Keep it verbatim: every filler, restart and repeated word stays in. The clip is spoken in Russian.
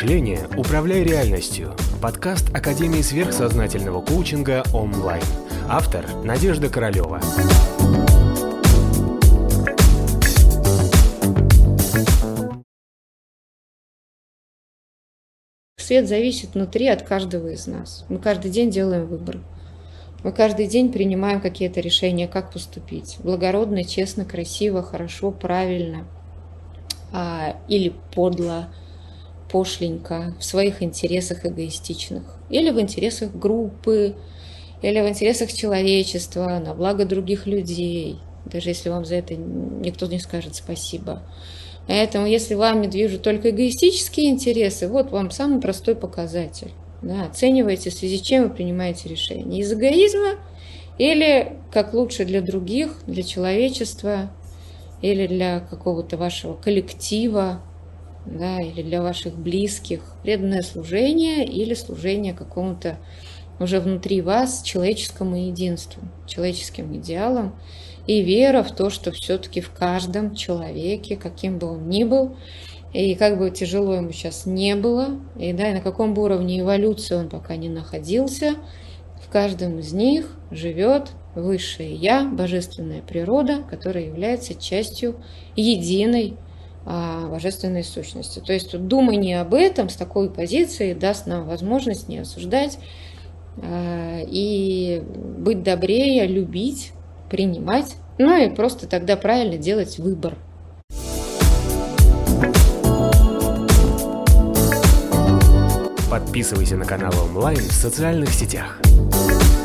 мышления управляй реальностью. Подкаст Академии сверхсознательного коучинга онлайн. Автор Надежда Королева. Свет зависит внутри от каждого из нас. Мы каждый день делаем выбор. Мы каждый день принимаем какие-то решения, как поступить. Благородно, честно, красиво, хорошо, правильно. А, или подло, пошленько, в своих интересах эгоистичных. Или в интересах группы, или в интересах человечества, на благо других людей. Даже если вам за это никто не скажет спасибо. Поэтому, если вами движут только эгоистические интересы, вот вам самый простой показатель. Да, оцениваете, в связи с чем вы принимаете решение. Из эгоизма или как лучше для других, для человечества, или для какого-то вашего коллектива, да, или для ваших близких. Преданное служение или служение какому-то уже внутри вас человеческому единству, человеческим идеалам. И вера в то, что все-таки в каждом человеке, каким бы он ни был, и как бы тяжело ему сейчас не было, и, да, и на каком бы уровне эволюции он пока не находился, в каждом из них живет высшее Я, божественная природа, которая является частью единой а, божественной сущности. То есть тут думание об этом с такой позиции даст нам возможность не осуждать а, и быть добрее, любить, принимать, ну и просто тогда правильно делать выбор. Подписывайся на канал онлайн в социальных сетях.